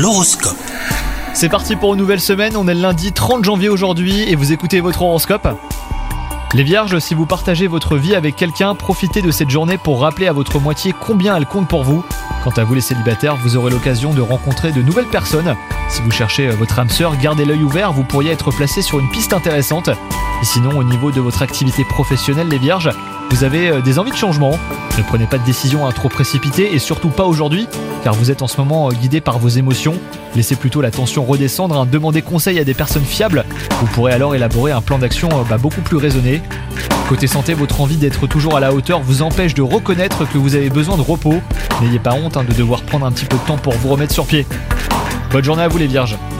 L'horoscope. C'est parti pour une nouvelle semaine, on est le lundi 30 janvier aujourd'hui et vous écoutez votre horoscope. Les Vierges, si vous partagez votre vie avec quelqu'un, profitez de cette journée pour rappeler à votre moitié combien elle compte pour vous. Quant à vous les célibataires, vous aurez l'occasion de rencontrer de nouvelles personnes. Si vous cherchez votre âme sœur, gardez l'œil ouvert, vous pourriez être placé sur une piste intéressante. Et sinon, au niveau de votre activité professionnelle, les Vierges, vous avez des envies de changement. Ne prenez pas de décision trop précipitée et surtout pas aujourd'hui, car vous êtes en ce moment guidé par vos émotions. Laissez plutôt la tension redescendre, demandez conseil à des personnes fiables. Vous pourrez alors élaborer un plan d'action beaucoup plus raisonné. Côté santé, votre envie d'être toujours à la hauteur vous empêche de reconnaître que vous avez besoin de repos. N'ayez pas honte de devoir prendre un petit peu de temps pour vous remettre sur pied. Bonne journée à vous les Vierges.